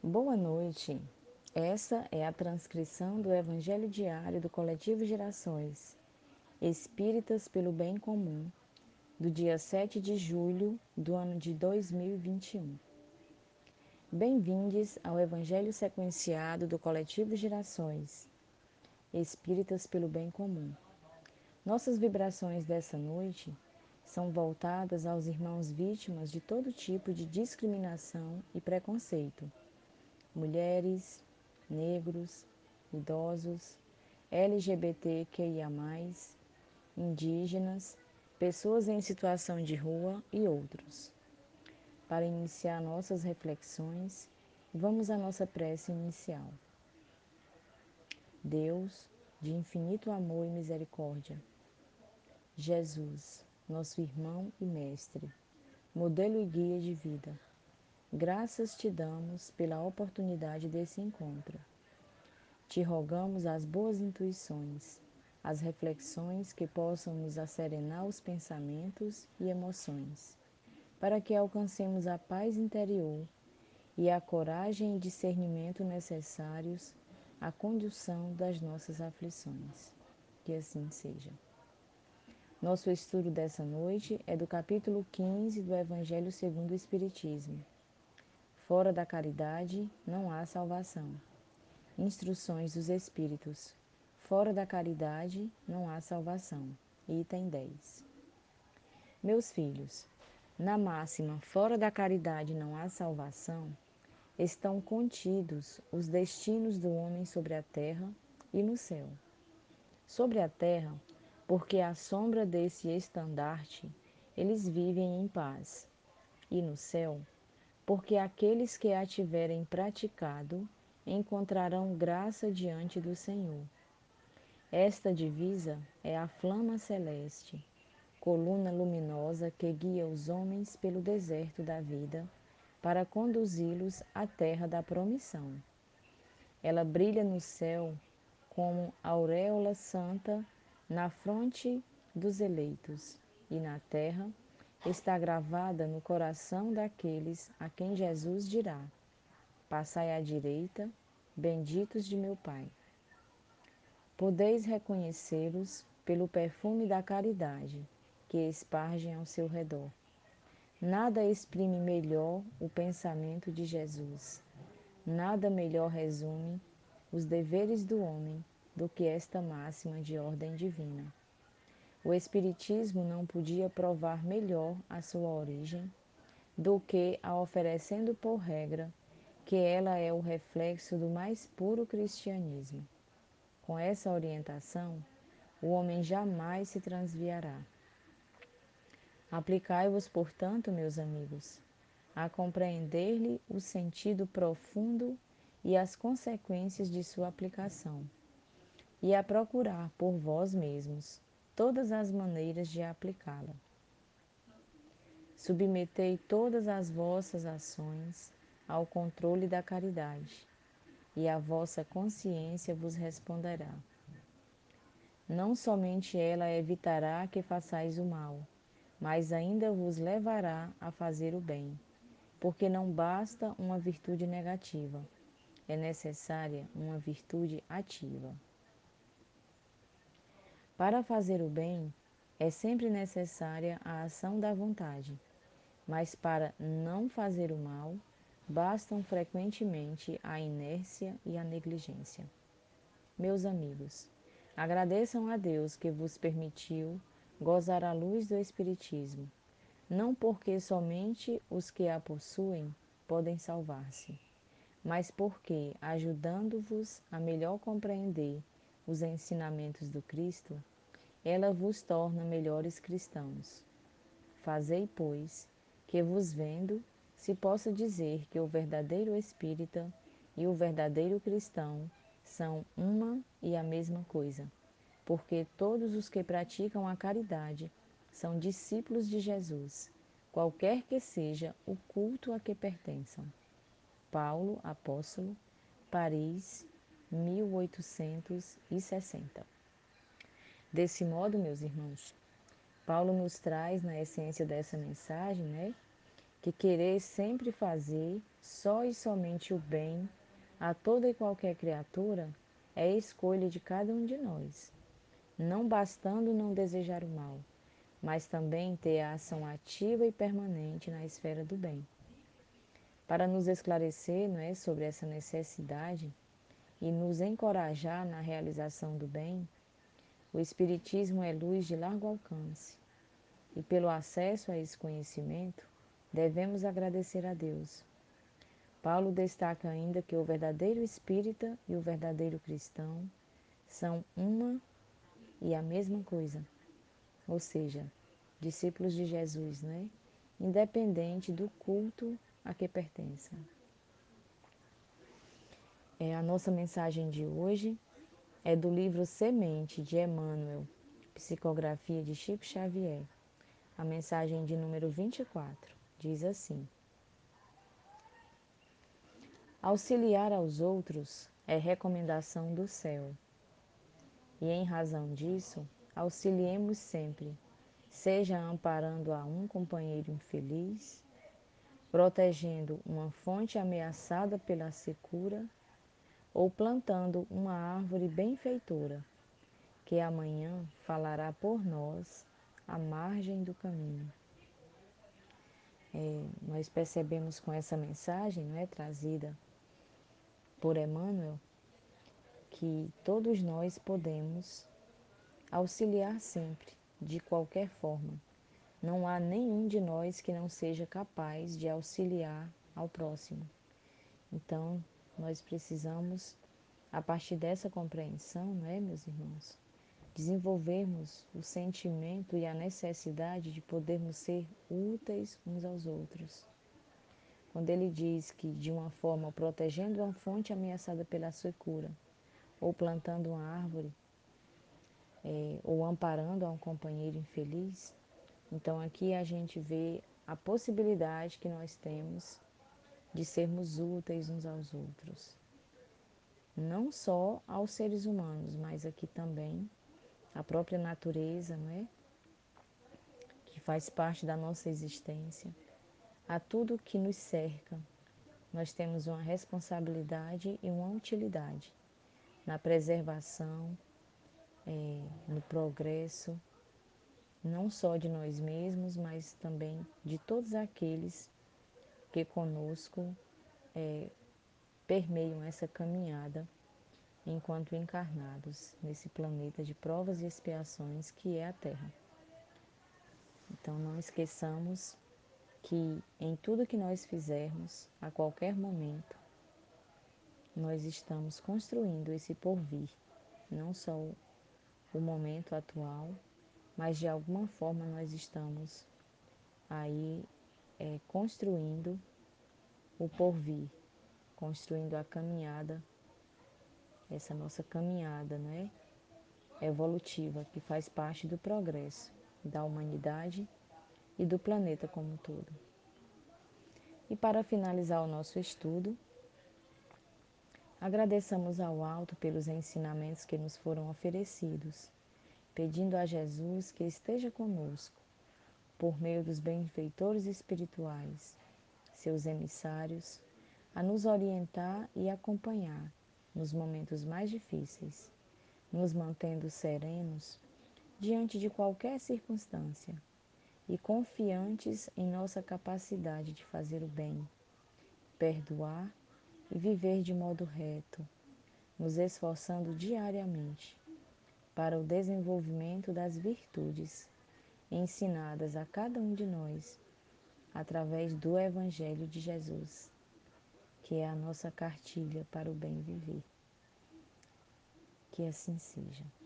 Boa noite. Essa é a transcrição do Evangelho Diário do Coletivo Gerações, Espíritas pelo Bem Comum, do dia 7 de julho do ano de 2021. Bem-vindos ao Evangelho sequenciado do Coletivo Gerações, Espíritas pelo Bem Comum. Nossas vibrações dessa noite são voltadas aos irmãos vítimas de todo tipo de discriminação e preconceito. Mulheres, negros, idosos, LGBTQIA+, indígenas, pessoas em situação de rua e outros. Para iniciar nossas reflexões, vamos à nossa prece inicial. Deus, de infinito amor e misericórdia, Jesus, nosso irmão e mestre, modelo e guia de vida, graças te damos pela oportunidade desse encontro. Te rogamos as boas intuições, as reflexões que possam nos acerenar os pensamentos e emoções, para que alcancemos a paz interior e a coragem e discernimento necessários à condução das nossas aflições. Que assim seja. Nosso estudo dessa noite é do capítulo 15 do Evangelho segundo o Espiritismo. Fora da caridade não há salvação. Instruções dos Espíritos. Fora da caridade não há salvação. Item 10. Meus filhos, na máxima fora da caridade não há salvação, estão contidos os destinos do homem sobre a terra e no céu. Sobre a terra, porque à sombra desse estandarte eles vivem em paz, e no céu, porque aqueles que a tiverem praticado encontrarão graça diante do Senhor. Esta divisa é a flama celeste, coluna luminosa que guia os homens pelo deserto da vida para conduzi-los à terra da promissão. Ela brilha no céu como auréola santa na fronte dos eleitos, e na terra está gravada no coração daqueles a quem Jesus dirá: Passai à direita, benditos de meu Pai. Podeis reconhecê-los pelo perfume da caridade que espargem ao seu redor. Nada exprime melhor o pensamento de Jesus. Nada melhor resume os deveres do homem do que esta máxima de ordem divina. O Espiritismo não podia provar melhor a sua origem do que a oferecendo por regra que ela é o reflexo do mais puro cristianismo. Com essa orientação, o homem jamais se transviará. Aplicai-vos, portanto, meus amigos, a compreender-lhe o sentido profundo e as consequências de sua aplicação, e a procurar por vós mesmos todas as maneiras de aplicá-la. Submetei todas as vossas ações ao controle da caridade, e a vossa consciência vos responderá. Não somente ela evitará que façais o mal, mas ainda vos levará a fazer o bem, porque não basta uma virtude negativa, é necessária uma virtude ativa. Para fazer o bem, é sempre necessária a ação da vontade, mas para não fazer o mal, bastam frequentemente a inércia e a negligência. Meus amigos, agradeçam a Deus que vos permitiu gozar a luz do Espiritismo, não porque somente os que a possuem podem salvar-se, mas porque, ajudando-vos a melhor compreender os ensinamentos do Cristo, ela vos torna melhores cristãos. Fazei, pois, que vos vendo, se possa dizer que o verdadeiro espírita e o verdadeiro cristão são uma e a mesma coisa, porque todos os que praticam a caridade são discípulos de Jesus, qualquer que seja o culto a que pertençam. Paulo, apóstolo, Paris, 1860. Desse modo, meus irmãos, Paulo nos traz na essência dessa mensagem, que querer sempre fazer só e somente o bem a toda e qualquer criatura é escolha de cada um de nós, não bastando não desejar o mal, mas também ter a ação ativa e permanente na esfera do bem. Para nos esclarecer, não é, sobre essa necessidade e nos encorajar na realização do bem, o Espiritismo é luz de largo alcance, e pelo acesso a esse conhecimento, devemos agradecer a Deus. Paulo destaca ainda que o verdadeiro espírita e o verdadeiro cristão são uma e a mesma coisa, ou seja, discípulos de Jesus, né? Independente do culto a que pertençam. A nossa mensagem de hoje é do livro Semente, de Emmanuel, Psicografia de Chico Xavier. A mensagem de número 24 diz assim: auxiliar aos outros é recomendação do céu, e em razão disso, auxiliemos sempre, seja amparando a um companheiro infeliz, protegendo uma fonte ameaçada pela secura, ou plantando uma árvore benfeitora, que amanhã falará por nós à margem do caminho. Nós percebemos com essa mensagem, não é, trazida por Emmanuel, que todos nós podemos auxiliar sempre, de qualquer forma. Não há nenhum de nós que não seja capaz de auxiliar ao próximo. Então, nós precisamos, a partir dessa compreensão, não é, meus irmãos, desenvolvermos o sentimento e a necessidade de podermos ser úteis uns aos outros. Quando ele diz que, de uma forma, protegendo uma fonte ameaçada pela secura, ou plantando uma árvore, ou amparando a um companheiro infeliz, então aqui a gente vê a possibilidade que nós temos de sermos úteis uns aos outros. Não só aos seres humanos, mas aqui também a própria natureza, não é? Que faz parte da nossa existência, a tudo que nos cerca. Nós temos uma responsabilidade e uma utilidade na preservação, no progresso, não só de nós mesmos, mas também de todos aqueles que conosco permeiam essa caminhada enquanto encarnados nesse planeta de provas e expiações que é a Terra. Então não esqueçamos que em tudo que nós fizermos, a qualquer momento, nós estamos construindo esse porvir, não só o momento atual, mas de alguma forma nós estamos aí construindo o porvir, construindo a caminhada, essa nossa caminhada, né, evolutiva, que faz parte do progresso da humanidade e do planeta como um todo. E para finalizar o nosso estudo, agradeçamos ao alto pelos ensinamentos que nos foram oferecidos, pedindo a Jesus que esteja conosco, por meio dos benfeitores espirituais, seus emissários, a nos orientar e acompanhar nos momentos mais difíceis, nos mantendo serenos diante de qualquer circunstância e confiantes em nossa capacidade de fazer o bem, perdoar e viver de modo reto, nos esforçando diariamente para o desenvolvimento das virtudes ensinadas a cada um de nós através do Evangelho de Jesus, que é a nossa cartilha para o bem viver. Que assim seja.